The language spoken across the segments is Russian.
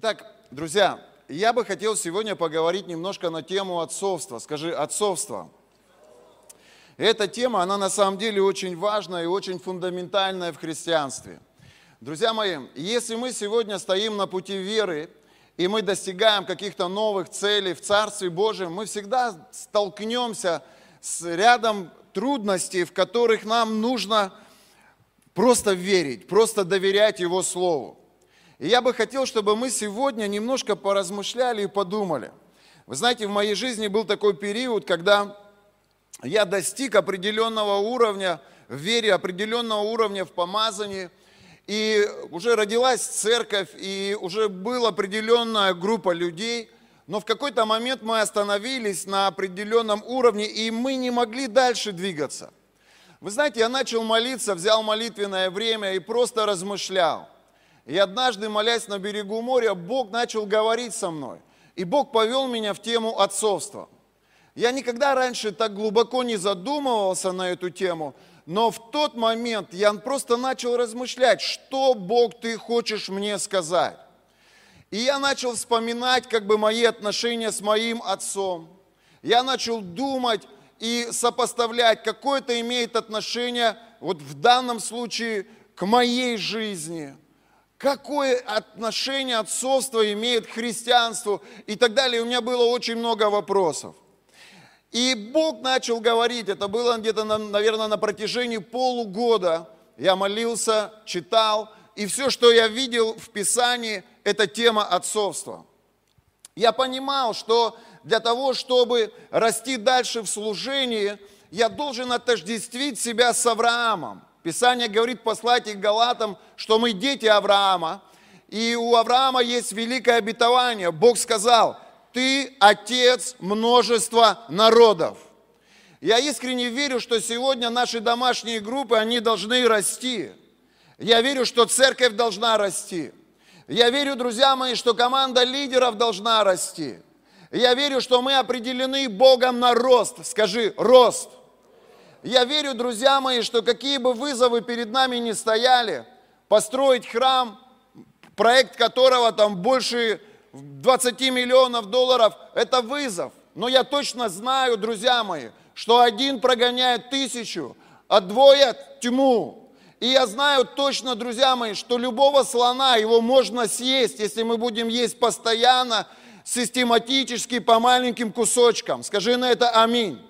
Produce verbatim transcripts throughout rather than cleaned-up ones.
Итак, друзья, я бы хотел сегодня поговорить немножко на тему отцовства. Скажи, отцовство. Эта тема, она на самом деле очень важная и очень фундаментальная в христианстве. Друзья мои, если мы сегодня стоим на пути веры, и мы достигаем каких-то новых целей в Царстве Божьем, мы всегда столкнемся с рядом трудностей, в которых нам нужно просто верить, просто доверять Его Слову. И я бы хотел, чтобы мы сегодня немножко поразмышляли и подумали. Вы знаете, в моей жизни был такой период, когда я достиг определенного уровня в вере, определенного уровня в помазании, и уже родилась церковь, и уже была определенная группа людей, но в какой-то момент мы остановились на определенном уровне, и мы не могли дальше двигаться. Вы знаете, я начал молиться, взял молитвенное время и просто размышлял. И однажды, молясь на берегу моря, Бог начал говорить со мной. И Бог повел меня в тему отцовства. Я никогда раньше так глубоко не задумывался на эту тему, но в тот момент я просто начал размышлять, что, Бог, Ты хочешь мне сказать. И я начал вспоминать как бы мои отношения с моим отцом. Я начал думать и сопоставлять, какое это имеет отношение вот в данном случае к моей жизни. Какое отношение отцовство имеет к христианству и так далее. У меня было очень много вопросов. И Бог начал говорить, это было где-то, наверное, на протяжении полугода. Я молился, читал, и все, что я видел в Писании, это тема отцовства. Я понимал, что для того, чтобы расти дальше в служении, я должен отождествить себя с Авраамом. Писание говорит, послать их Галатам, что мы дети Авраама, и у Авраама есть великое обетование. Бог сказал, ты отец множества народов. Я искренне верю, что сегодня наши домашние группы, они должны расти. Я верю, что церковь должна расти. Я верю, друзья мои, что команда лидеров должна расти. Я верю, что мы определены Богом на рост. Скажи, рост. Я верю, друзья мои, что какие бы вызовы перед нами ни стояли, построить храм, проект которого там больше двадцати миллионов долларов, это вызов. Но я точно знаю, друзья мои, что один прогоняет тысячу, а двое тьму. И я знаю точно, друзья мои, что любого слона его можно съесть, если мы будем есть постоянно, систематически, по маленьким кусочкам. Скажи на это аминь.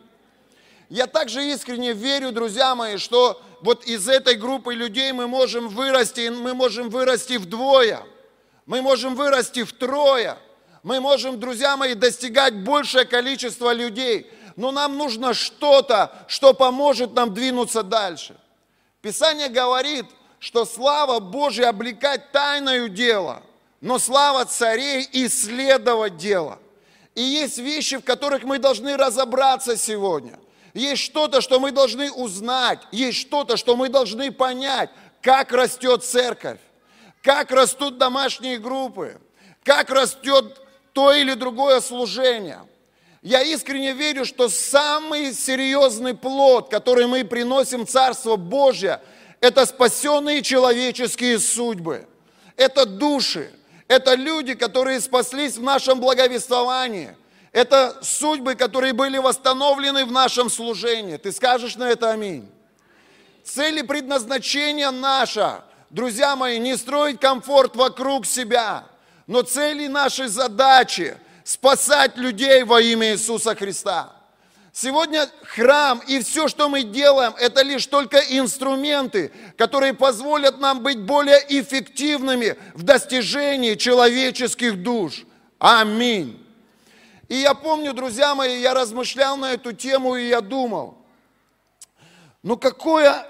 Я также искренне верю, друзья мои, что вот из этой группы людей мы можем вырасти, мы можем вырасти вдвое, мы можем вырасти втрое, мы можем, друзья мои, достигать большее количество людей, но нам нужно что-то, что поможет нам двинуться дальше. Писание говорит, что слава Божья облекать тайною дело, но слава царей исследовать дело. И есть вещи, в которых мы должны разобраться сегодня. Есть что-то, что мы должны узнать, есть что-то, что мы должны понять, как растет церковь, как растут домашние группы, как растет то или другое служение. Я искренне верю, что самый серьезный плод, который мы приносим в Царство Божье, это спасенные человеческие судьбы, это души, это люди, которые спаслись в нашем благовествовании. Это судьбы, которые были восстановлены в нашем служении. Ты скажешь на это аминь. Цель и предназначение наше, друзья мои, не строить комфорт вокруг себя, но цели нашей задачи спасать людей во имя Иисуса Христа. Сегодня храм и все, что мы делаем, это лишь только инструменты, которые позволят нам быть более эффективными в достижении человеческих душ. Аминь. И я помню, друзья мои, я размышлял на эту тему, и я думал, ну какое,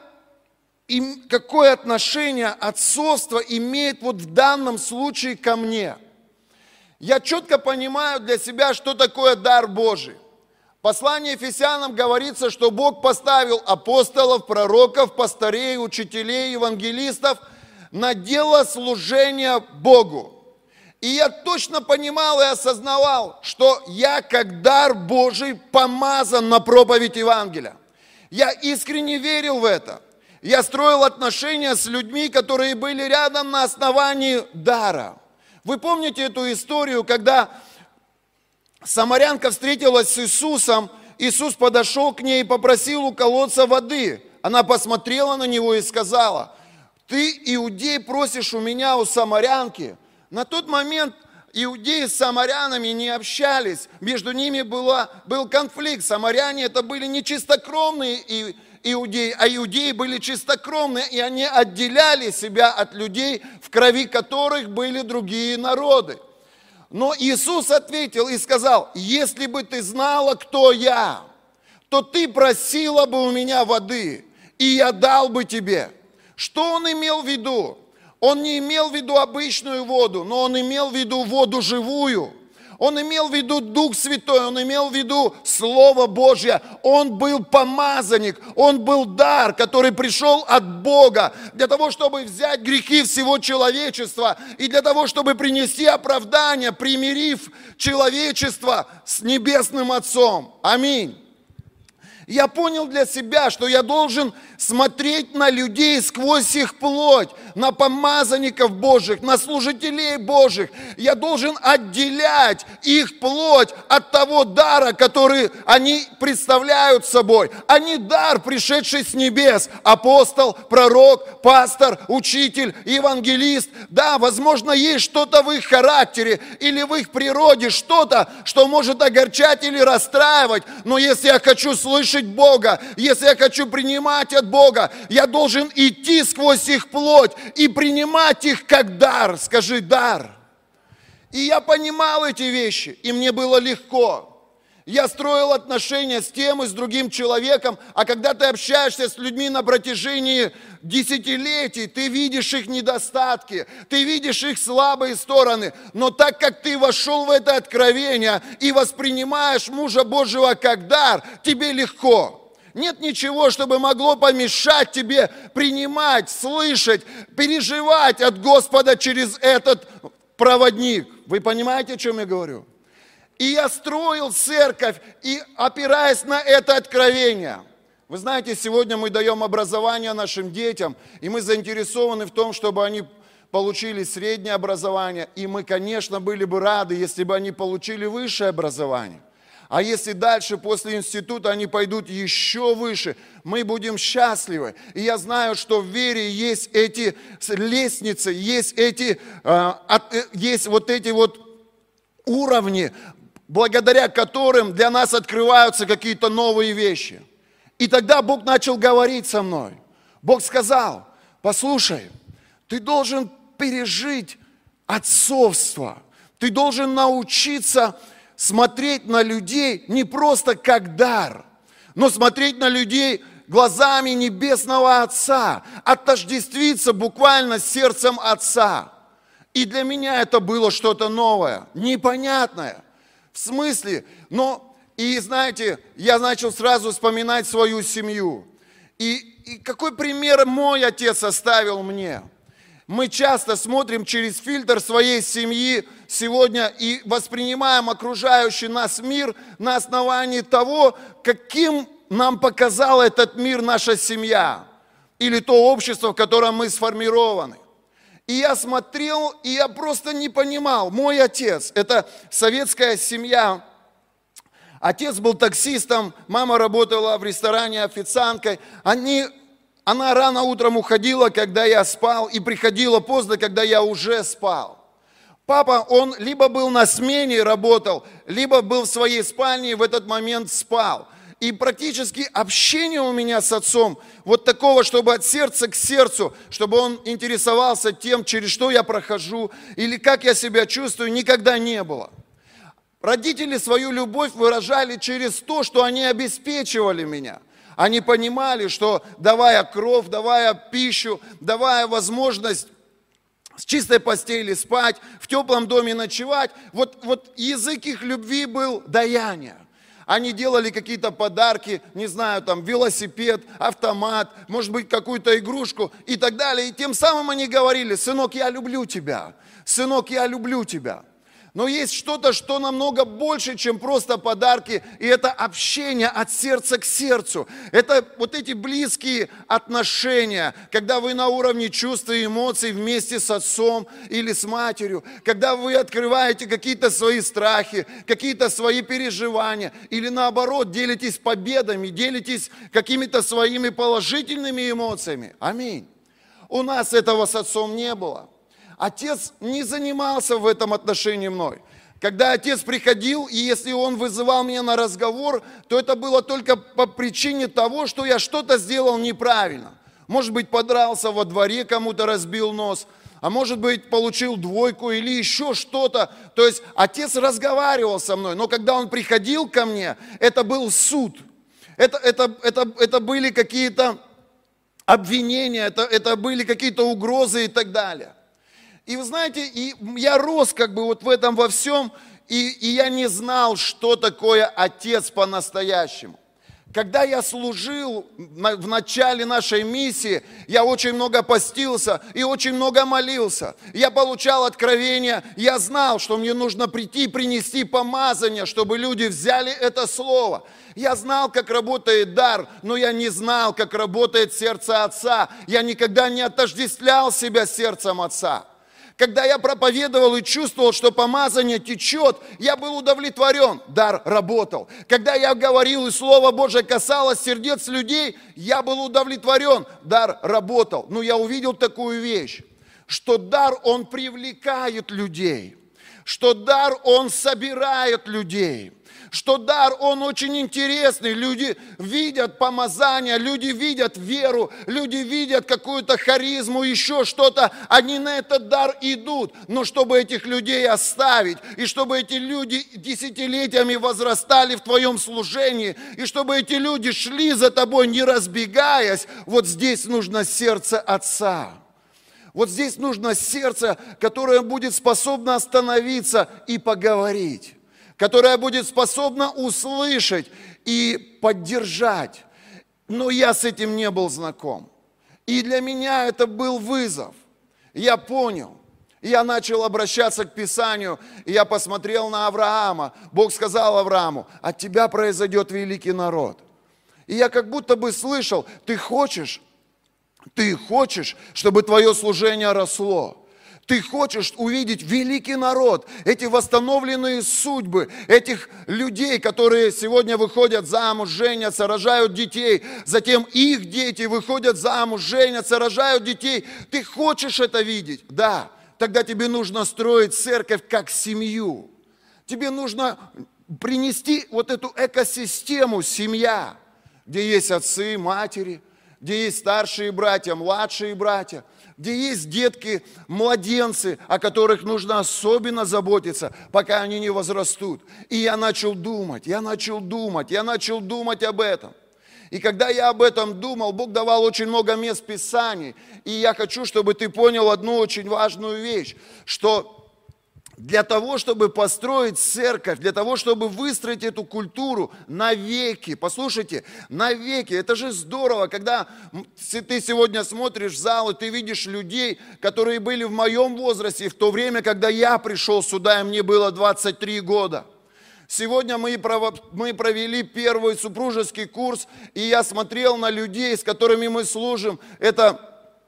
какое отношение отцовство имеет вот в данном случае ко мне? Я четко понимаю для себя, что такое дар Божий. В послании Ефесянам говорится, что Бог поставил апостолов, пророков, пастырей, учителей, евангелистов на дело служения Богу. И я точно понимал и осознавал, что я как дар Божий помазан на проповедь Евангелия. Я искренне верил в это. Я строил отношения с людьми, которые были рядом на основании дара. Вы помните эту историю, когда самарянка встретилась с Иисусом, Иисус подошел к ней и попросил у колодца воды. Она посмотрела на него и сказала: ты, иудей, просишь у меня у самарянки. На тот момент иудеи с самарянами не общались, между ними была, был конфликт. Самаряне это были не чистокровные иудеи, а иудеи были чистокровные, и они отделяли себя от людей, в крови которых были другие народы. Но Иисус ответил и сказал: если бы ты знала, кто я, то ты просила бы у меня воды, и я дал бы тебе. Что он имел в виду? Он не имел в виду обычную воду, но он имел в виду воду живую. Он имел в виду Дух Святой, он имел в виду Слово Божье. Он был помазанник, он был дар, который пришел от Бога для того, чтобы взять грехи всего человечества и для того, чтобы принести оправдание, примирив человечество с Небесным Отцом. Аминь. Я понял для себя, что я должен смотреть на людей сквозь их плоть, на помазанников Божьих, на служителей Божьих. Я должен отделять их плоть от того дара, который они представляют собой. Они дар, пришедший с небес. Апостол, пророк, пастор, учитель, евангелист. Да, возможно, есть что-то в их характере или в их природе, что-то, что может огорчать или расстраивать. Но если я хочу слышать Бога, если я хочу принимать от Бога, я должен идти сквозь их плоть и принимать их как дар. Скажи, дар. И я понимал эти вещи, и мне было легко. Я строил отношения с тем и с другим человеком, а когда ты общаешься с людьми на протяжении десятилетий, ты видишь их недостатки, ты видишь их слабые стороны, но так как ты вошел в это откровение и воспринимаешь мужа Божьего как дар, тебе легко. Нет ничего, чтобы могло помешать тебе принимать, слышать, переживать от Господа через этот проводник. Вы понимаете, о чем я говорю? И я строил церковь, и опираясь на это откровение. Вы знаете, сегодня мы даем образование нашим детям, и мы заинтересованы в том, чтобы они получили среднее образование. И мы, конечно, были бы рады, если бы они получили высшее образование. А если дальше, после института, они пойдут еще выше, мы будем счастливы. И я знаю, что в вере есть эти лестницы, есть, эти, есть вот эти вот уровни, благодаря которым для нас открываются какие-то новые вещи. И тогда Бог начал говорить со мной. Бог сказал: послушай, ты должен пережить отцовство. Ты должен научиться смотреть на людей не просто как дар, но смотреть на людей глазами Небесного Отца, отождествиться буквально с сердцем Отца. И для меня это было что-то новое, непонятное. В смысле? Но, и знаете, я начал сразу вспоминать свою семью. И, и какой пример мой отец оставил мне? Мы часто смотрим через фильтр своей семьи сегодня и воспринимаем окружающий нас мир на основании того, каким нам показал этот мир наша семья или то общество, в котором мы сформированы. И я смотрел, и я просто не понимал. Мой отец, это советская семья. Отец был таксистом, мама работала в ресторане официанткой. Они, она рано утром уходила, когда я спал, и приходила поздно, когда я уже спал. Папа, он либо был на смене, работал, либо был в своей спальне и в этот момент спал. И практически общение у меня с отцом, вот такого, чтобы от сердца к сердцу, чтобы он интересовался тем, через что я прохожу, или как я себя чувствую, никогда не было. Родители свою любовь выражали через то, что они обеспечивали меня. Они понимали, что давая кровь, давая пищу, давая возможность с чистой постели спать, в теплом доме ночевать, вот, вот язык их любви был даяние. Они делали какие-то подарки, не знаю, там велосипед, автомат, может быть, какую-то игрушку и так далее. И тем самым они говорили: сынок, я люблю тебя, сынок, я люблю тебя. Но есть что-то, что намного больше, чем просто подарки, и это общение от сердца к сердцу. Это вот эти близкие отношения, когда вы на уровне чувств и эмоций вместе с отцом или с матерью, когда вы открываете какие-то свои страхи, какие-то свои переживания, или наоборот, делитесь победами, делитесь какими-то своими положительными эмоциями. Аминь. У нас этого с отцом не было. Отец не занимался в этом отношении мной. Когда отец приходил, и если он вызывал меня на разговор, то это было только по причине того, что я что-то сделал неправильно. Может быть, подрался во дворе, кому-то разбил нос, а может быть, получил двойку или еще что-то. То есть отец разговаривал со мной, но когда он приходил ко мне, это был суд. Это, это, это, это были какие-то обвинения, это, это были какие-то угрозы и так далее. И вы знаете, и я рос как бы вот в этом во всем, и, и я не знал, что такое отец по-настоящему. Когда я служил в начале нашей миссии, я очень много постился и очень много молился. Я получал откровения, я знал, что мне нужно прийти и принести помазание, чтобы люди взяли это слово. Я знал, как работает дар, но я не знал, как работает сердце Отца. Я никогда не отождествлял себя с сердцем Отца. Когда я проповедовал и чувствовал, что помазание течет, я был удовлетворен, дар работал. Когда я говорил, и Слово Божие касалось сердец людей, я был удовлетворен, дар работал. Но я увидел такую вещь, что дар, он привлекает людей, что дар, он собирает людей, что дар, он очень интересный. Люди видят помазание, люди видят веру, люди видят какую-то харизму, еще что-то. Они на этот дар идут. Но чтобы этих людей оставить, и чтобы эти люди десятилетиями возрастали в твоем служении, и чтобы эти люди шли за тобой, не разбегаясь, вот здесь нужно сердце Отца. Вот здесь нужно сердце, которое будет способно остановиться и поговорить, которая будет способна услышать и поддержать. Но я с этим не был знаком. И для меня это был вызов. Я понял. Я начал обращаться к Писанию, и я посмотрел на Авраама. Бог сказал Аврааму: от тебя произойдет великий народ. И я как будто бы слышал: ты хочешь, ты хочешь, чтобы твое служение росло. Ты хочешь увидеть великий народ, эти восстановленные судьбы, этих людей, которые сегодня выходят замуж, женятся, рожают детей, затем их дети выходят замуж, женятся, рожают детей. Ты хочешь это видеть? Да. Тогда тебе нужно строить церковь как семью. Тебе нужно принести вот эту экосистему семья, где есть отцы, матери, где есть старшие братья, младшие братья, где есть детки, младенцы, о которых нужно особенно заботиться, пока они не возрастут. И я начал думать, я начал думать, я начал думать об этом. И когда я об этом думал, Бог давал очень много мест Писаний. И я хочу, чтобы ты понял одну очень важную вещь, что для того, чтобы построить церковь, для того, чтобы выстроить эту культуру навеки, послушайте, навеки, это же здорово, когда ты сегодня смотришь в зал, и ты видишь людей, которые были в моем возрасте, в то время, когда я пришел сюда, и мне было двадцать три года. Сегодня мы провели первый супружеский курс, и я смотрел на людей, с которыми мы служим, это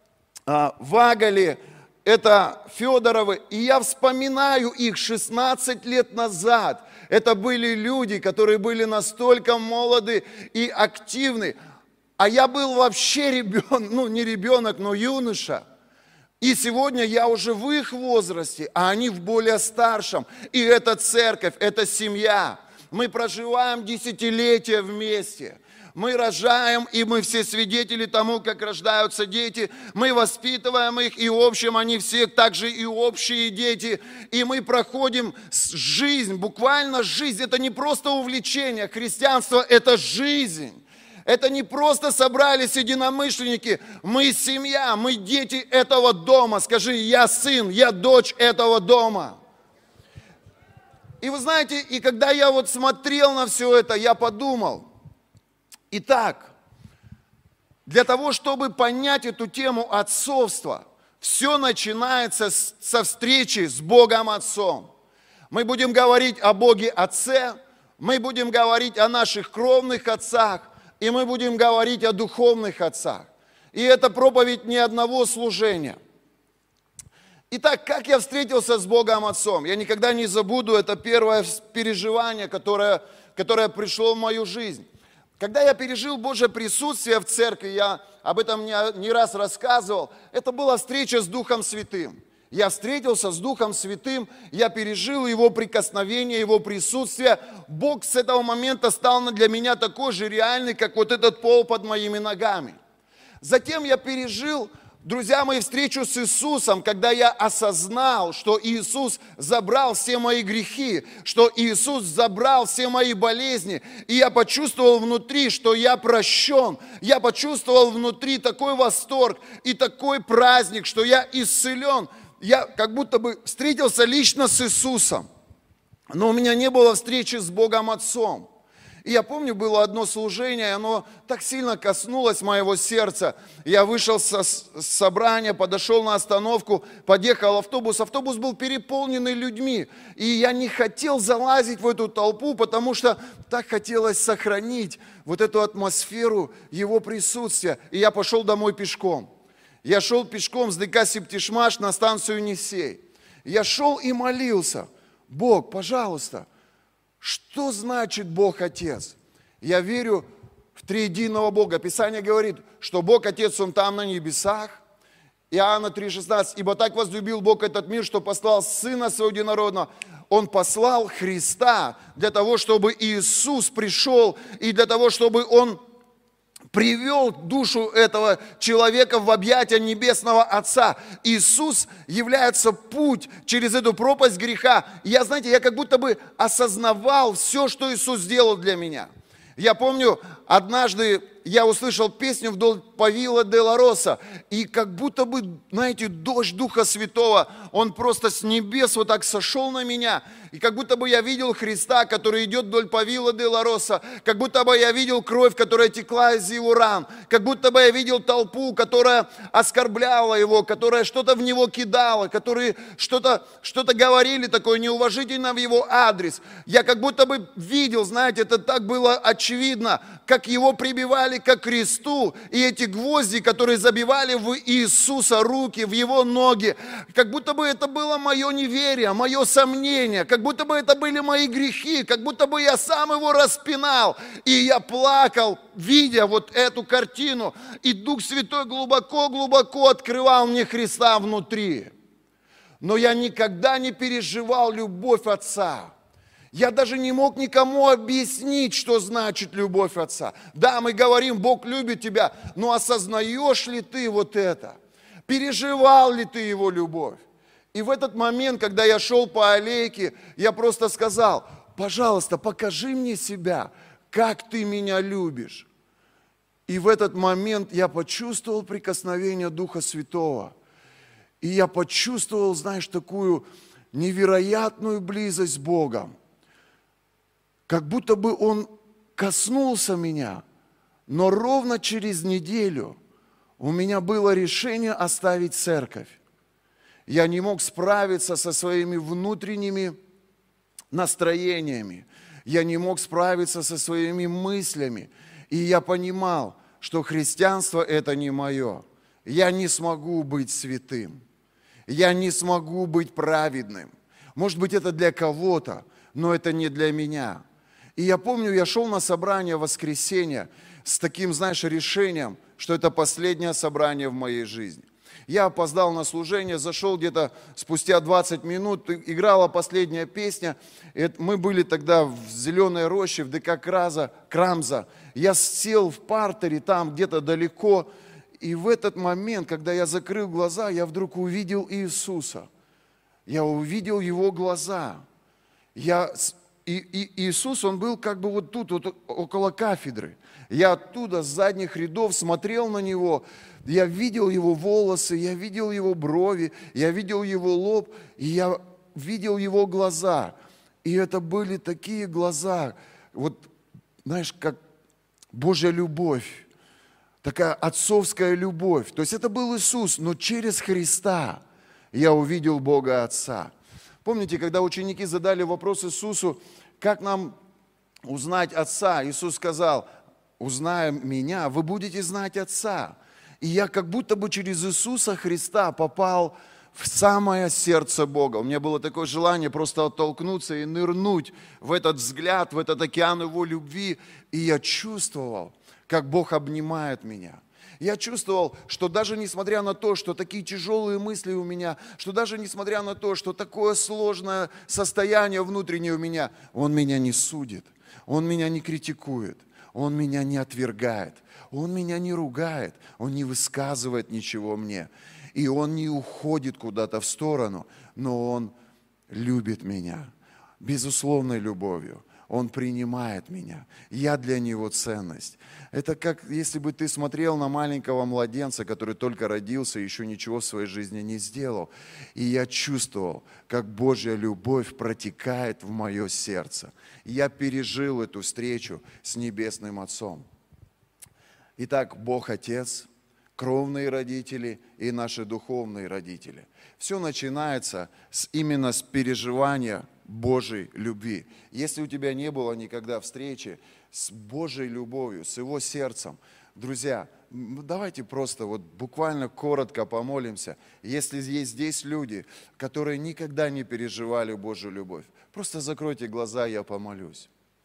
а, Вагали, это Федоровы, и я вспоминаю их шестнадцать лет назад. Это были люди, которые были настолько молоды и активны. А я был вообще ребенок, ну не ребенок, но юноша. И сегодня я уже в их возрасте, а они в более старшем. И это церковь, это семья. Мы проживаем десятилетия вместе. Мы рожаем, и мы все свидетели тому, как рождаются дети. Мы воспитываем их, и в общем они все также и общие дети. И мы проходим жизнь, буквально жизнь. Это не просто увлечение. Христианство – это жизнь. Это не просто собрались единомышленники. Мы семья, мы дети этого дома. Скажи: я сын, я дочь этого дома. И вы знаете, и когда я вот смотрел на все это, я подумал, итак, для того, чтобы понять эту тему отцовства, все начинается с, со встречи с Богом Отцом. Мы будем говорить о Боге Отце, мы будем говорить о наших кровных отцах, и мы будем говорить о духовных отцах. И это проповедь не одного служения. Итак, как я встретился с Богом Отцом? Я никогда не забуду это первое переживание, которое, которое пришло в мою жизнь. Когда я пережил Божье присутствие в церкви, я об этом не, не раз рассказывал, это была встреча с Духом Святым. Я встретился с Духом Святым, я пережил Его прикосновение, Его присутствие. Бог с этого момента стал для меня такой же реальный, как вот этот пол под моими ногами. Затем я пережил, друзья мои, встречу с Иисусом, когда я осознал, что Иисус забрал все мои грехи, что Иисус забрал все мои болезни, и я почувствовал внутри, что я прощен, я почувствовал внутри такой восторг и такой праздник, что я исцелен, я как будто бы встретился лично с Иисусом, но у меня не было встречи с Богом Отцом. И я помню, было одно служение, оно так сильно коснулось моего сердца. Я вышел с собрания, подошел на остановку, подъехал автобус. Автобус был переполненный людьми. И я не хотел залазить в эту толпу, потому что так хотелось сохранить вот эту атмосферу Его присутствия. И я пошел домой пешком. Я шел пешком с ДК Септишмаш на станцию Несей. Я шел и молился: Бог, пожалуйста, что значит Бог Отец? Я верю в триединого Бога. Писание говорит, что Бог Отец, Он там на небесах. Иоанна три шестнадцать. Ибо так возлюбил Бог этот мир, что послал Сына Своего Единородного. Он послал Христа для того, чтобы Иисус пришел, и для того, чтобы Он привел душу этого человека в объятия Небесного Отца. Иисус является путь через эту пропасть греха. И я, знаете, я как будто бы осознавал все, что Иисус сделал для меня. Я помню, однажды я услышал песню вдоль Павила де ла Роса, и как будто бы, знаете, дождь Духа Святого, он просто с небес вот так сошел на меня, и как будто бы я видел Христа, который идет вдоль Павила де ла Роса, как будто бы я видел кровь, которая текла из его ран, как будто бы я видел толпу, которая оскорбляла его, которая что-то в него кидала, которые что-то что-то говорили такое неуважительно в его адрес. Я как будто бы видел, знаете, это так было очевидно, как его прибивали ко кресту, и эти гвозди, которые забивали в Иисуса руки, в его ноги, как будто бы это было мое неверие, мое сомнение, как будто бы это были мои грехи, как будто бы я сам его распинал, и я плакал, видя вот эту картину, и Дух Святой глубоко-глубоко открывал мне Христа внутри. Но я никогда не переживал любовь Отца. Я даже не мог никому объяснить, что значит любовь Отца. Да, мы говорим, Бог любит тебя, но осознаешь ли ты вот это? Переживал ли ты Его любовь? И в этот момент, когда я шел по аллейке, я просто сказал: пожалуйста, покажи мне себя, как ты меня любишь. И в этот момент я почувствовал прикосновение Духа Святого. И я почувствовал, знаешь, такую невероятную близость с Богом. Как будто бы Он коснулся меня, но ровно через неделю у меня было решение оставить церковь. Я не мог справиться со своими внутренними настроениями, я не мог справиться со своими мыслями, и я понимал, что христианство – это не мое. Я не смогу быть святым, я не смогу быть праведным. Может быть, это для кого-то, но это не для меня. И я помню, я шел на собрание в воскресенье с таким, знаешь, решением, что это последнее собрание в моей жизни. Я опоздал на служение, зашел где-то спустя двадцать минут, играла последняя песня. Мы были тогда в Зеленой роще, в ДК Краза, Крамза. Я сел в партере там где-то далеко. И в этот момент, когда я закрыл глаза, я вдруг увидел Иисуса. Я увидел Его глаза. Я... И, и Иисус, Он был как бы вот тут, вот около кафедры. Я оттуда, с задних рядов смотрел на Него. Я видел Его волосы, я видел Его брови, я видел Его лоб, и я видел Его глаза. И это были такие глаза, вот, знаешь, как Божья любовь, такая отцовская любовь. То есть это был Иисус, но через Христа я увидел Бога Отца. Помните, когда ученики задали вопрос Иисусу, как нам узнать Отца? Иисус сказал: узная Меня, вы будете знать Отца. И я как будто бы через Иисуса Христа попал в самое сердце Бога. У меня было такое желание просто оттолкнуться и нырнуть в этот взгляд, в этот океан Его любви. И я чувствовал, как Бог обнимает меня. Я чувствовал, что даже несмотря на то, что такие тяжелые мысли у меня, что даже несмотря на то, что такое сложное состояние внутреннее у меня, Он меня не судит, Он меня не критикует, Он меня не отвергает, Он меня не ругает, Он не высказывает ничего мне. И Он не уходит куда-то в сторону, но Он любит меня безусловной любовью. Он принимает меня. Я для Него ценность. Это как если бы ты смотрел на маленького младенца, который только родился и еще ничего в своей жизни не сделал. И я чувствовал, как Божья любовь протекает в мое сердце. Я пережил эту встречу с Небесным Отцом. Итак, Бог Отец, кровные родители и наши духовные родители. Все начинается с, именно с переживания Божьей любви. Если у тебя не было никогда встречи с Божьей любовью, с Его сердцем, друзья, давайте просто вот буквально коротко помолимся. Если есть здесь люди, которые никогда не переживали Божью любовь, просто закройте глаза, я помолюсь.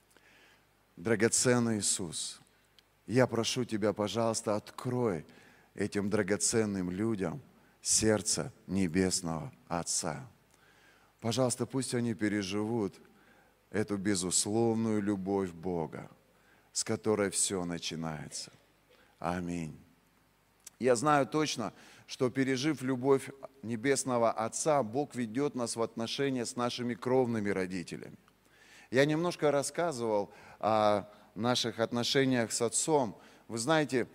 Драгоценный Иисус, я прошу Тебя, пожалуйста, открой этим драгоценным людям сердце Небесного Отца. Пожалуйста, пусть они переживут эту безусловную любовь Бога, с которой все начинается. Аминь. Я знаю точно, что пережив любовь Небесного Отца, Бог ведет нас в отношения с нашими кровными родителями. Я немножко рассказывал о наших отношениях с Отцом. Вы знаете,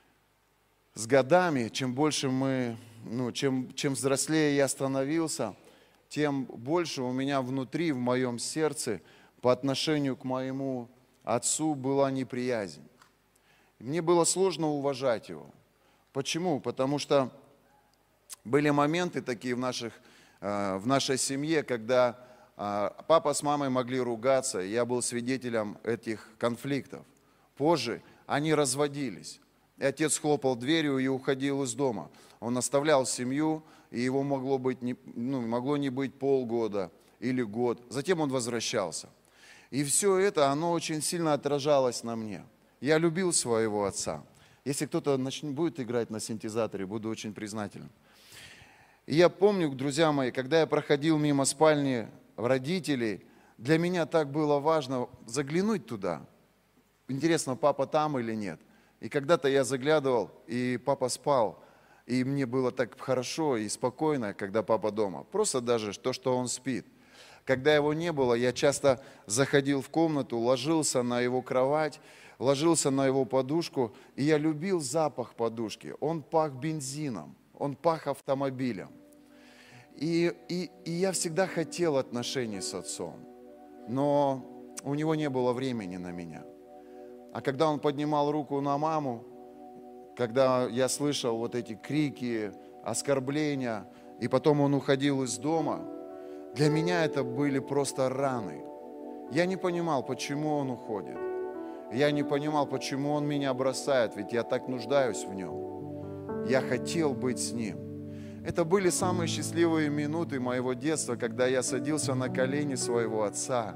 с годами, чем больше мы, ну, чем, чем взрослее я становился, тем больше у меня внутри, в моем сердце, по отношению к моему отцу была неприязнь. Мне было сложно уважать его. Почему? Потому что были моменты такие в, наших, в нашей семье, когда папа с мамой могли ругаться, и я был свидетелем этих конфликтов. Позже они разводились. И отец хлопал дверью и уходил из дома. Он оставлял семью, и его могло, быть не, ну, могло не быть полгода или год. Затем он возвращался. И все это, оно очень сильно отражалось на мне. Я любил своего отца. Если кто-то начнет, будет играть на синтезаторе, буду очень признателен. И я помню, друзья мои, когда я проходил мимо спальни родителей, для меня так было важно заглянуть туда. Интересно, папа там или нет. И когда-то я заглядывал, и папа спал. И мне было так хорошо и спокойно, когда папа дома. Просто даже то, что он спит. Когда его не было, я часто заходил в комнату, ложился на его кровать, ложился на его подушку, и я любил запах подушки. Он пах бензином, он пах автомобилем. И, и, и я всегда хотел отношений с отцом, но у него не было времени на меня. А когда он поднимал руку на маму, когда я слышал вот эти крики, оскорбления, и потом он уходил из дома, для меня это были просто раны. Я не понимал, почему он уходит. Я не понимал, почему он меня бросает, ведь я так нуждаюсь в нем. Я хотел быть с ним. Это были самые счастливые минуты моего детства, когда я садился на колени своего отца.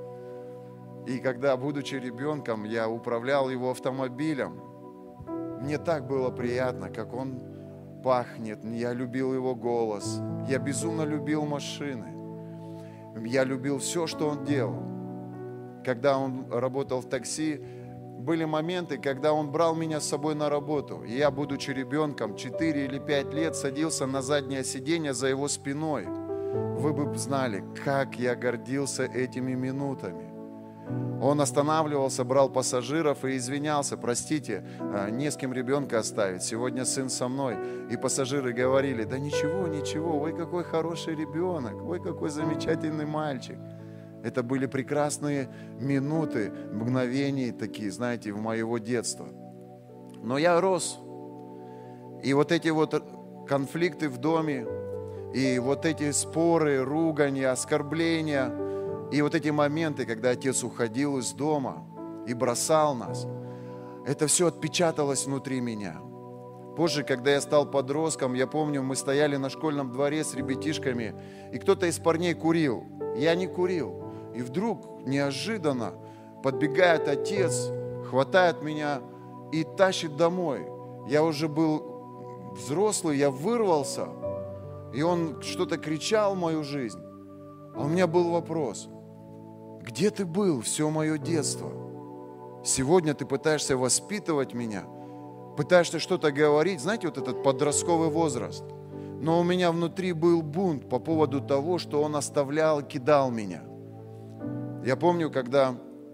И когда, будучи ребенком, я управлял его автомобилем, мне так было приятно, как он пахнет. Я любил его голос. Я безумно любил машины. Я любил все, что он делал. Когда он работал в такси, были моменты, когда он брал меня с собой на работу. И я, будучи ребенком, четыре или пять лет, садился на заднее сиденье за его спиной. Вы бы знали, как я гордился этими минутами. Он останавливался, брал пассажиров и извинялся: простите, не с кем ребенка оставить, сегодня сын со мной. И пассажиры говорили: да ничего, ничего, ой, какой хороший ребенок, ой, какой замечательный мальчик. Это были прекрасные минуты, мгновения такие, знаете, в моего детства. Но я рос, и вот эти вот конфликты в доме, И вот эти споры, ругань, оскорбления, и вот эти моменты, когда отец уходил из дома и бросал нас, это все отпечаталось внутри меня. Позже, когда я стал подростком, я помню, мы стояли на школьном дворе с ребятишками, и кто-то из парней курил. Я не курил. И вдруг, неожиданно, подбегает отец, хватает меня и тащит домой. Я уже был взрослый, я вырвался, и он что-то кричал в мою жизнь. А у меня был вопрос: где ты был все мое детство? Сегодня ты пытаешься воспитывать меня, пытаешься что-то говорить, знаете, вот этот подростковый возраст. Но у меня внутри был бунт по поводу того, что он оставлял, кидал меня. Я помню, когда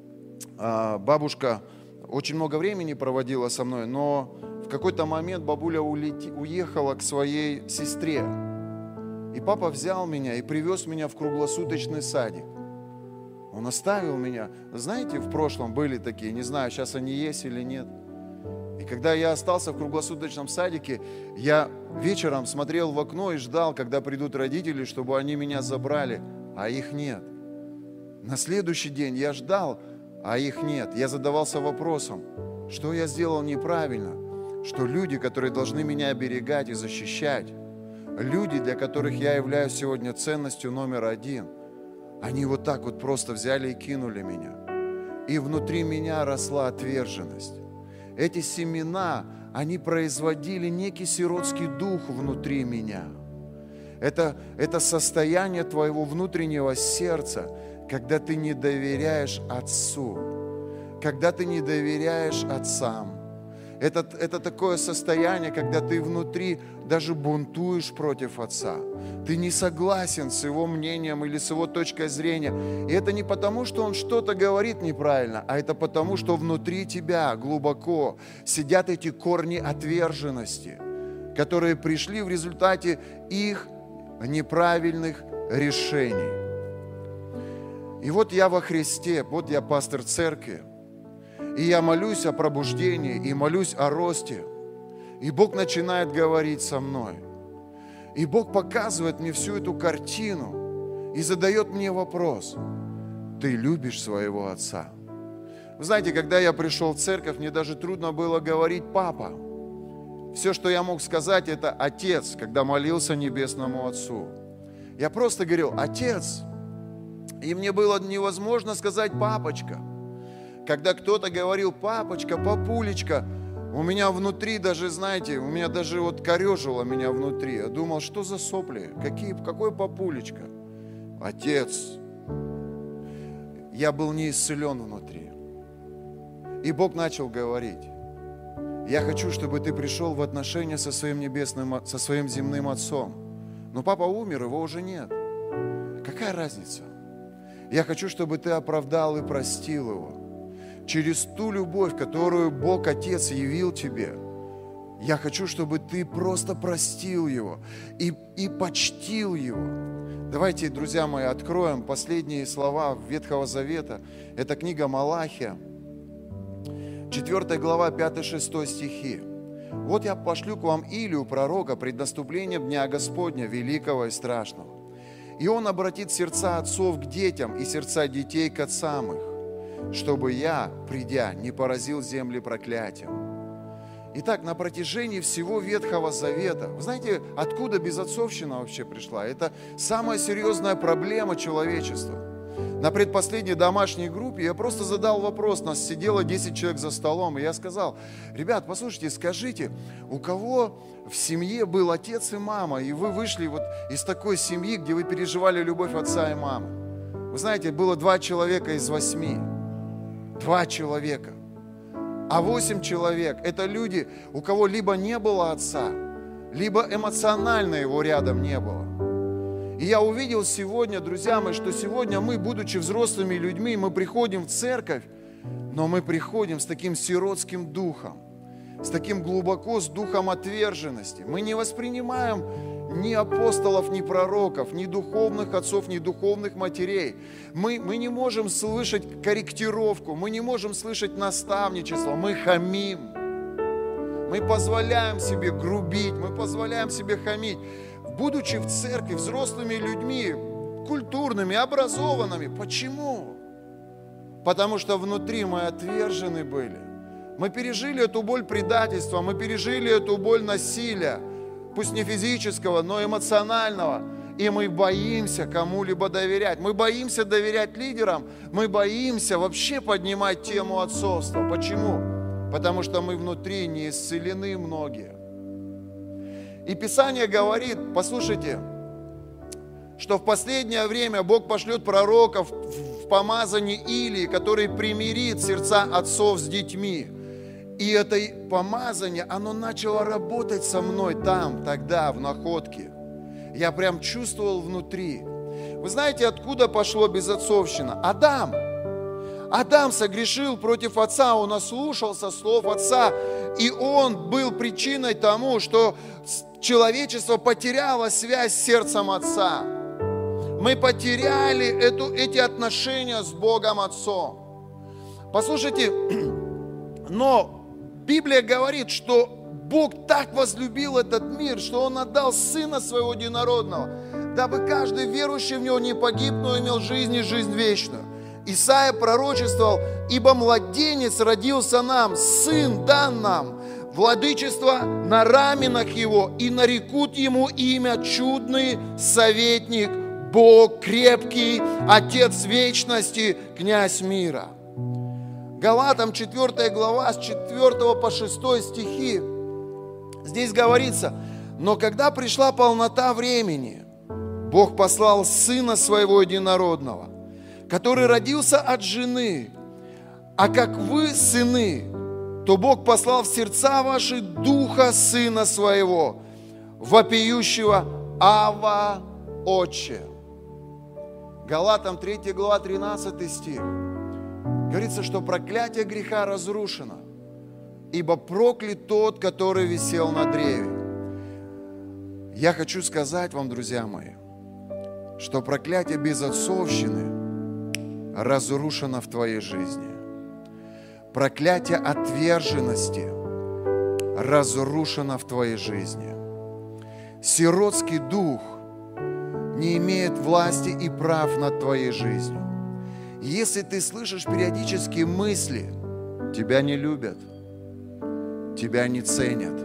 а, бабушка очень много времени проводила со мной, но в какой-то момент бабуля улети, уехала к своей сестре. И папа взял меня и привез меня в круглосуточный садик. Он оставил меня. Знаете, в прошлом были такие, не знаю, сейчас они есть или нет. И когда я остался в круглосуточном садике, я вечером смотрел в окно и ждал, когда придут родители, чтобы они меня забрали, а их нет. На следующий день я ждал, а их нет. Я задавался вопросом, что я сделал неправильно, что люди, которые должны меня оберегать и защищать, люди, для которых я являюсь сегодня ценностью номер один, они вот так вот просто взяли и кинули меня. И внутри меня росла отверженность. Эти семена, они производили некий сиротский дух внутри меня. Это, это состояние твоего внутреннего сердца, когда ты не доверяешь Отцу, когда ты не доверяешь отцам. Это, это такое состояние, когда ты внутри даже бунтуешь против Отца. Ты не согласен с Его мнением или с Его точкой зрения. И это не потому, что Он что-то говорит неправильно, а это потому, что внутри тебя глубоко сидят эти корни отверженности, которые пришли в результате их неправильных решений. И вот я во Христе, вот я пастор церкви, и я молюсь о пробуждении, и молюсь о росте. И Бог начинает говорить со мной. И Бог показывает мне всю эту картину и задает мне вопрос: ты любишь своего отца? Вы знаете, когда я пришел в церковь, мне даже трудно было говорить «папа». Все, что я мог сказать, это «отец», когда молился Небесному Отцу. Я просто говорил «отец». И мне было невозможно сказать «папочка». Когда кто-то говорил «папочка», «папулечка», у меня внутри даже, знаете, у меня даже вот корежило меня внутри. Я думал, что за сопли, какие, какой папулечка? Отец. Я был не исцелен внутри. И Бог начал говорить: я хочу, чтобы ты пришел в отношения со своим небесным, со своим земным отцом. Но папа умер, его уже нет. Какая разница? Я хочу, чтобы ты оправдал и простил его. Через ту любовь, которую Бог Отец явил тебе, я хочу, чтобы ты просто простил его и, и почтил его. Давайте, друзья мои, откроем последние слова Ветхого Завета. Это книга Малахия, четвёртая глава, пятый-шестой стихи. Вот я пошлю к вам Илию, пророка, пред наступлением Дня Господня, великого и страшного. И он обратит сердца отцов к детям и сердца детей к отцам их, чтобы я, придя, не поразил земли проклятием. Итак, на протяжении всего Ветхого Завета, вы знаете, откуда безотцовщина вообще пришла? Это самая серьезная проблема человечества. На предпоследней домашней группе я просто задал вопрос, нас сидело десять человек за столом, и я сказал: ребят, послушайте, скажите, у кого в семье был отец и мама, и вы вышли вот из такой семьи, где вы переживали любовь отца и мамы? Вы знаете, было два человека из восьми. Два человека. А восемь человек – это люди, у кого либо не было отца, либо эмоционально его рядом не было. И я увидел сегодня, друзья мои, что сегодня мы, будучи взрослыми людьми, мы приходим в церковь, но мы приходим с таким сиротским духом, с таким глубоко, с духом отверженности. Мы не воспринимаем ни апостолов, ни пророков, ни духовных отцов, ни духовных матерей. Мы, мы не можем слышать корректировку, мы не можем слышать наставничество, мы хамим. Мы позволяем себе грубить, мы позволяем себе хамить. будучи в церкви, взрослыми людьми, культурными, образованными. Почему? Потому что внутри мы отвержены были. Мы пережили эту боль предательства, мы пережили эту боль насилия, пусть не физического, но эмоционального. И мы боимся кому-либо доверять. Мы боимся доверять лидерам, мы боимся вообще поднимать тему отцовства. Почему? Потому что мы внутри не исцелены многие. И Писание говорит, послушайте, что в последнее время Бог пошлет пророков в помазании Илии, который примирит сердца отцов с детьми. И это помазание, оно начало работать со мной там, тогда, в Находке. Я прям чувствовал внутри. Вы знаете, откуда пошло безотцовщина? Адам. Адам согрешил против отца, он ослушался слов отца, и он был причиной тому, что человечество потеряло связь с сердцем отца. Мы потеряли эту, эти отношения с Богом Отцом. Послушайте, но Библия говорит, что Бог так возлюбил этот мир, что Он отдал Сына Своего Единородного, дабы каждый верующий в Него не погиб, но имел жизнь и жизнь вечную. Исаия пророчествовал: «Ибо младенец родился нам, сын дан нам, владычество на раменах Его, и нарекут Ему имя чудный советник, Бог крепкий, Отец вечности, князь мира». Галатам четвёртая глава, с четвёртого по шестой стихи. Здесь говорится: «Но когда пришла полнота времени, Бог послал Сына Своего Единородного, который родился от жены, а как вы сыны, то Бог послал в сердца ваши Духа Сына Своего, вопиющего: Ава, Отче». Галатам третья глава, тринадцатый стих. Говорится, что проклятие греха разрушено, ибо проклят тот, который висел на древе. Я хочу сказать вам, друзья мои, что проклятие безотцовщины разрушено в твоей жизни. Проклятие отверженности разрушено в твоей жизни. Сиротский дух не имеет власти и прав над твоей жизнью. Если ты слышишь периодически мысли: тебя не любят, тебя не ценят,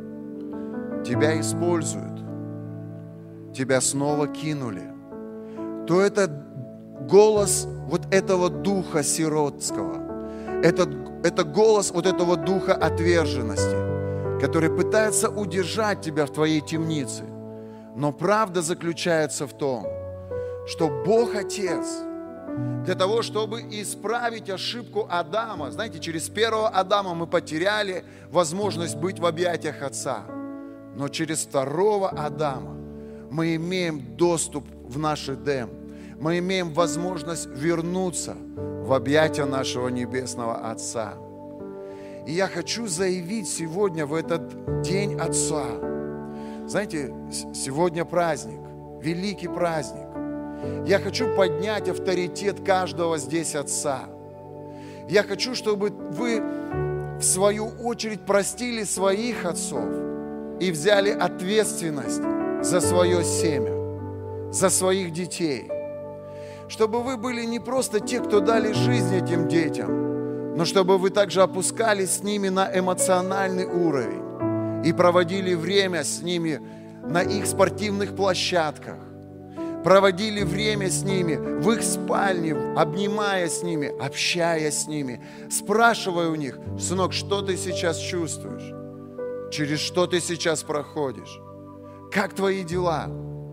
тебя используют, тебя снова кинули, то это голос вот этого духа сиротского, это, это голос вот этого духа отверженности, который пытается удержать тебя в твоей темнице. Но правда заключается в том, что Бог Отец для того, чтобы исправить ошибку Адама, знаете, через первого Адама мы потеряли возможность быть в объятиях Отца, но через второго Адама мы имеем доступ в наш Эдем, мы имеем возможность вернуться в объятия нашего Небесного Отца. И я хочу заявить сегодня, в этот День Отца, знаете, сегодня праздник, великий праздник. Я хочу поднять авторитет каждого здесь отца. Я хочу, чтобы вы в свою очередь простили своих отцов и взяли ответственность за свое семя, за своих детей. Чтобы вы были не просто те, кто дали жизнь этим детям, но чтобы вы также опускались с ними на эмоциональный уровень и проводили время с ними на их спортивных площадках, проводили время с ними в их спальне, обнимая с ними, общаясь с ними, спрашивая у них: сынок, что ты сейчас чувствуешь? Через что ты сейчас проходишь? Как твои дела?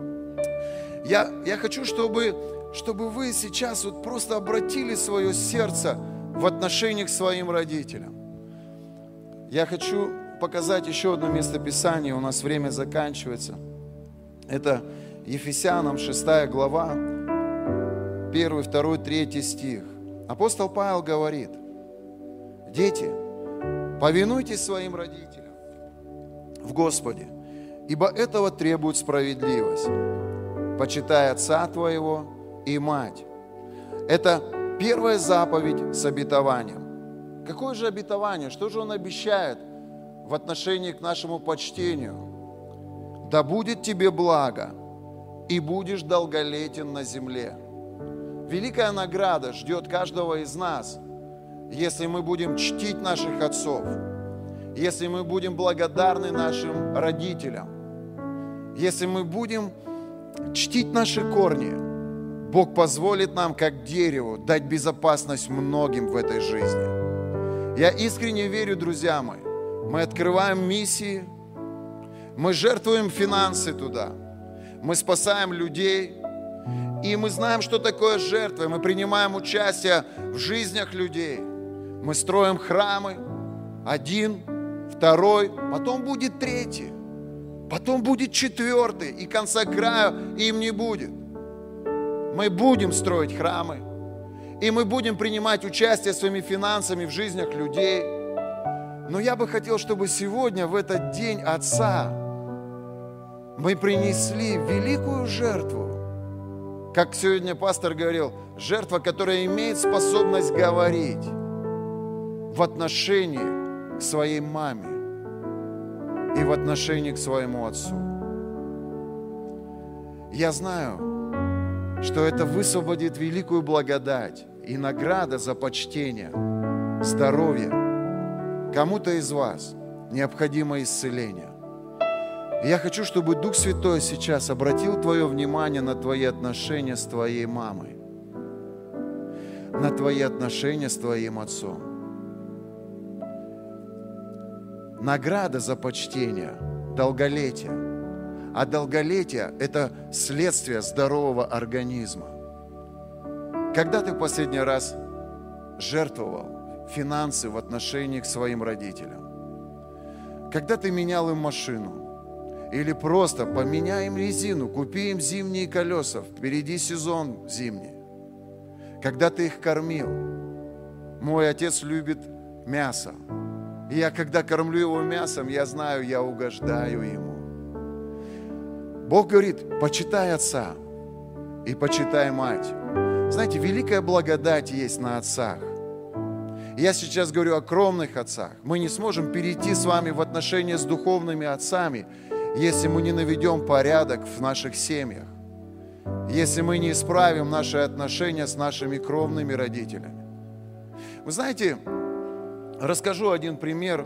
Я, я хочу, чтобы, чтобы вы сейчас вот просто обратили свое сердце в отношении к своим родителям. Я хочу показать еще одно местописание, у нас время заканчивается. Это Ефесянам шестая глава, первый, второй, третий стих. Апостол Павел говорит: дети, повинуйтесь своим родителям в Господе, ибо этого требует справедливость. Почитай отца твоего и мать. Это первая заповедь с обетованием. Какое же обетование? Что же он обещает в отношении к нашему почтению? да будет тебе благо, и будешь долголетен на земле. Великая награда ждет каждого из нас, если мы будем чтить наших отцов, если мы будем благодарны нашим родителям, если мы будем чтить наши корни. Бог позволит нам, как дереву, дать безопасность многим в этой жизни. Я искренне верю, друзья мои, мы открываем миссии, мы жертвуем финансы туда, мы спасаем людей, и мы знаем, что такое жертва, мы принимаем участие в жизнях людей. Мы строим храмы, один, второй, потом будет третий, потом будет четвертый, и конца края им не будет. Мы будем строить храмы, и мы будем принимать участие своими финансами в жизнях людей. Но я бы хотел, чтобы сегодня, в этот день Отца, мы принесли великую жертву. Как сегодня пастор говорил, жертва, которая имеет способность говорить в отношении к своей маме и в отношении к своему отцу. Я знаю, что это высвободит великую благодать и награда за почтение, здоровье. Кому-то из вас необходимо исцеление. И я хочу, чтобы Дух Святой сейчас обратил твое внимание на твои отношения с твоей мамой, на твои отношения с твоим отцом. Награда за почтение, долголетие. А долголетие – это следствие здорового организма. Когда ты в последний раз жертвовал финансы в отношении к своим родителям? Когда ты менял им машину? Или просто поменяй им резину, купи им зимние колеса, впереди сезон зимний. Когда ты их кормил? Мой отец любит мясо. И я, когда кормлю его мясом, я знаю, я угождаю ему. Бог говорит, почитай отца и почитай мать. Знаете, великая благодать есть на отцах. Я сейчас говорю о кровных отцах. Мы не сможем перейти с вами в отношения с духовными отцами, если мы не наведем порядок в наших семьях, если мы не исправим наши отношения с нашими кровными родителями. Вы знаете, расскажу один пример.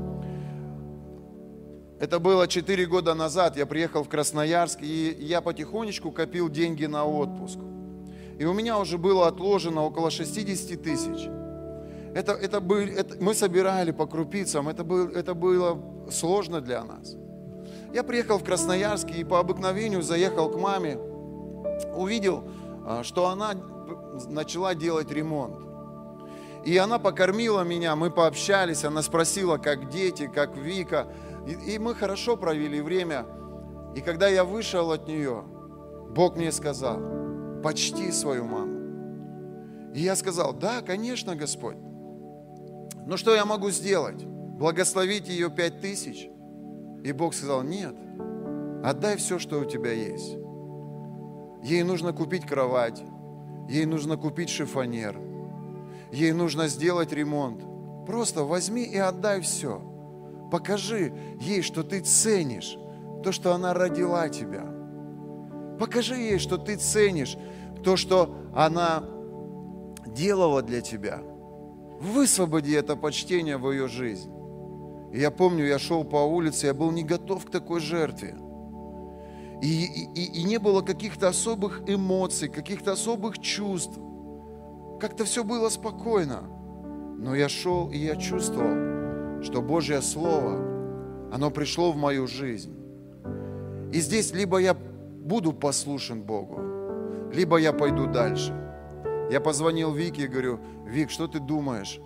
Это было четыре года назад, я приехал в Красноярск, и я потихонечку копил деньги на отпуск. И у меня уже было отложено около шестьдесят тысяч. Это, это был, это, мы собирали по крупицам, это, был, это было сложно для нас. Я приехал в Красноярск и по обыкновению заехал к маме, увидел, что она начала делать ремонт. И она покормила меня, мы пообщались, она спросила, как дети, как Вика. И, и мы хорошо провели время. И когда я вышел от нее, Бог мне сказал, почти свою маму. И я сказал, да, конечно, Господь. Но что я могу сделать? Благословить ее пять тысяч? И Бог сказал, нет, отдай все, что у тебя есть. Ей нужно купить кровать, ей нужно купить шифонер, ей нужно сделать ремонт. Просто возьми и отдай все. Покажи ей, что ты ценишь то, что она родила тебя. Покажи ей, что ты ценишь то, что она делала для тебя. Высвободи это почтение в ее жизнь. И я помню, я шел по улице, я был не готов к такой жертве. И, и, и не было каких-то особых эмоций, каких-то особых чувств. Как-то все было спокойно. Но я шел, и я чувствовал, что Божье Слово, оно пришло в мою жизнь. И здесь либо я буду послушен Богу, либо я пойду дальше. Я позвонил Вике и говорю, Вик, что ты думаешь?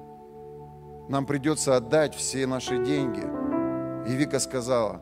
Нам придется отдать все наши деньги. И Вика сказала,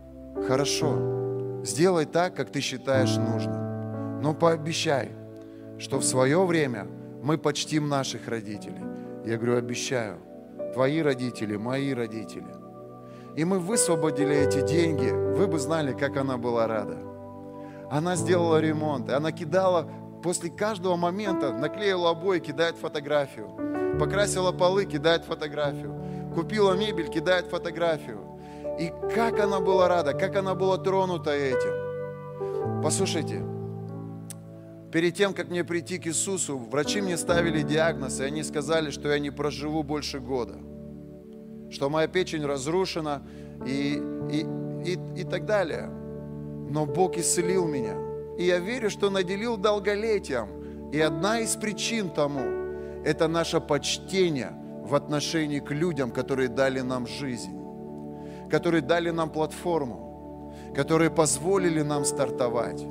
хорошо, сделай так, как ты считаешь нужным. Но пообещай, что в свое время мы почтим наших родителей. Я говорю, обещаю, твои родители, мои родители. И мы высвободили эти деньги. Вы бы знали, как она была рада. Она сделала ремонт, и она кидала после каждого момента, наклеила обои, кидает фотографию. Покрасила полы, кидает фотографию. Купила мебель, кидает фотографию. И как она была рада, как она была тронута этим. Послушайте, перед тем, как мне прийти к Иисусу, врачи мне ставили диагноз, и они сказали, что я не проживу больше года, что моя печень разрушена и, и, и, и так далее. Но Бог исцелил меня. И я верю, что наделил долголетием. И одна из причин тому – это наше почтение в отношении к людям, которые дали нам жизнь, которые дали нам платформу, которые позволили нам стартовать.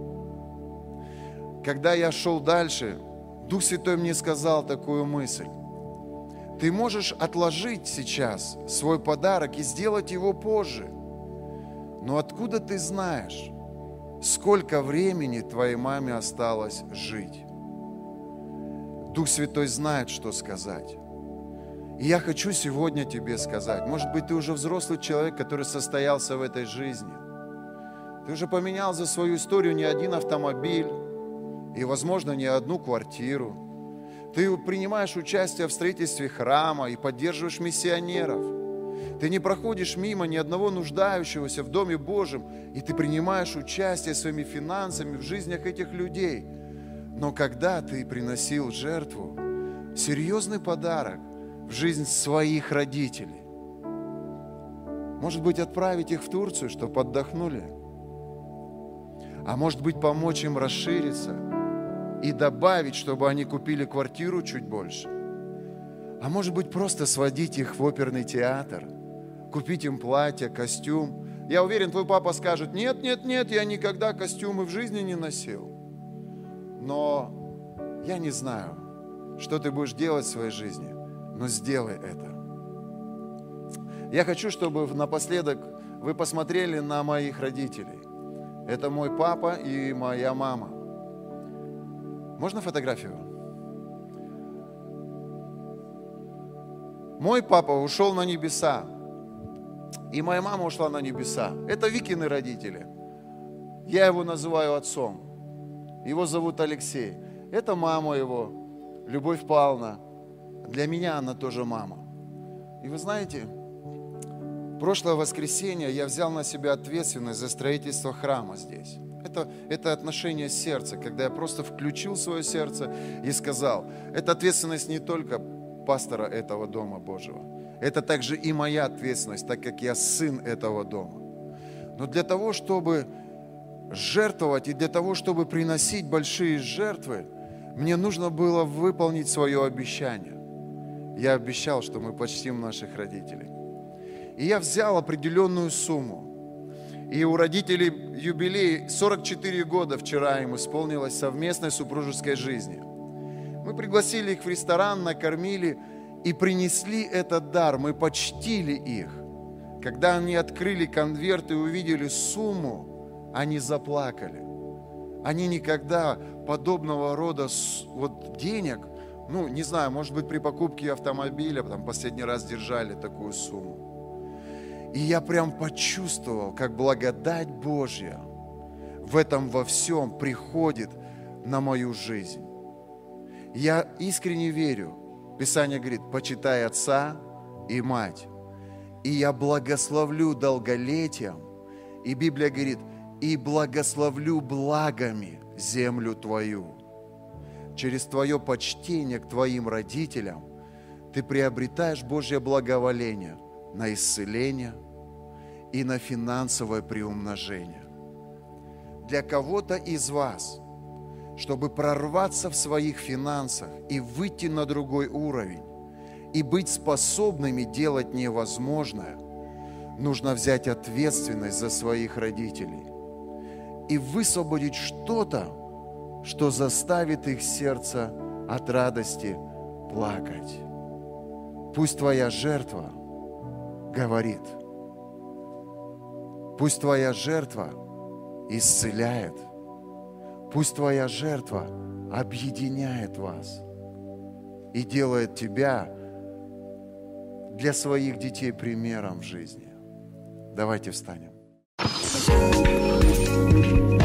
Когда я шел дальше, Дух Святой мне сказал такую мысль. Ты можешь отложить сейчас свой подарок и сделать его позже. Но откуда ты знаешь, сколько времени твоей маме осталось жить? Дух Святой знает, что сказать. И я хочу сегодня тебе сказать, может быть, ты уже взрослый человек, который состоялся в этой жизни. Ты уже поменял за свою историю не один автомобиль и, возможно, не одну квартиру. Ты принимаешь участие в строительстве храма и поддерживаешь миссионеров. Ты не проходишь мимо ни одного нуждающегося в Доме Божьем, и ты принимаешь участие своими финансами в жизнях этих людей. Но когда ты приносил жертву, серьезный подарок в жизнь своих родителей, может быть, отправить их в Турцию, чтобы отдохнули, а может быть, помочь им расшириться и добавить, чтобы они купили квартиру чуть больше, а может быть, просто сводить их в оперный театр, купить им платье, костюм. Я уверен, твой папа скажет: нет, нет, нет, я никогда костюмы в жизни не носил. Но я не знаю, что ты будешь делать в своей жизни, но сделай это. Я хочу, чтобы напоследок вы посмотрели на моих родителей. Это мой папа и моя мама. Можно фотографию? Мой папа ушел на небеса, и моя мама ушла на небеса. Это Викины родители. Я его называю отцом. Его зовут Алексей. Это мама его, Любовь Павловна. Для меня она тоже мама. И вы знаете, прошлое воскресенье я взял на себя ответственность за строительство храма здесь. Это, это отношение сердца, когда я просто включил свое сердце и сказал, это ответственность не только пастора этого Дома Божьего, это также и моя ответственность, так как я сын этого дома. Но для того, чтобы жертвовать и для того, чтобы приносить большие жертвы, мне нужно было выполнить свое обещание. Я обещал, что мы почтим наших родителей. И я взял определенную сумму. И у родителей юбилей сорок четыре года вчера им исполнилось совместной супружеской жизни. Мы пригласили их в ресторан, накормили и принесли этот дар. Мы почтили их. Когда они открыли конверт и увидели сумму, они заплакали. Они никогда подобного рода вот денег, ну, не знаю, может быть, при покупке автомобиля, там, последний раз держали такую сумму. И я прям почувствовал, как благодать Божья в этом во всем приходит на мою жизнь. Я искренне верю, Писание говорит, почитай отца и мать. И я благословлю долголетием, и Библия говорит, и благословлю благами землю твою. Через твое почтение к твоим родителям ты приобретаешь Божье благоволение на исцеление и на финансовое приумножение. Для кого-то из вас, чтобы прорваться в своих финансах и выйти на другой уровень, и быть способными делать невозможное, нужно взять ответственность за своих родителей и высвободить что-то, что заставит их сердце от радости плакать. Пусть твоя жертва говорит, пусть твоя жертва исцеляет, пусть твоя жертва объединяет вас и делает тебя для своих детей примером в жизни. Давайте встанем.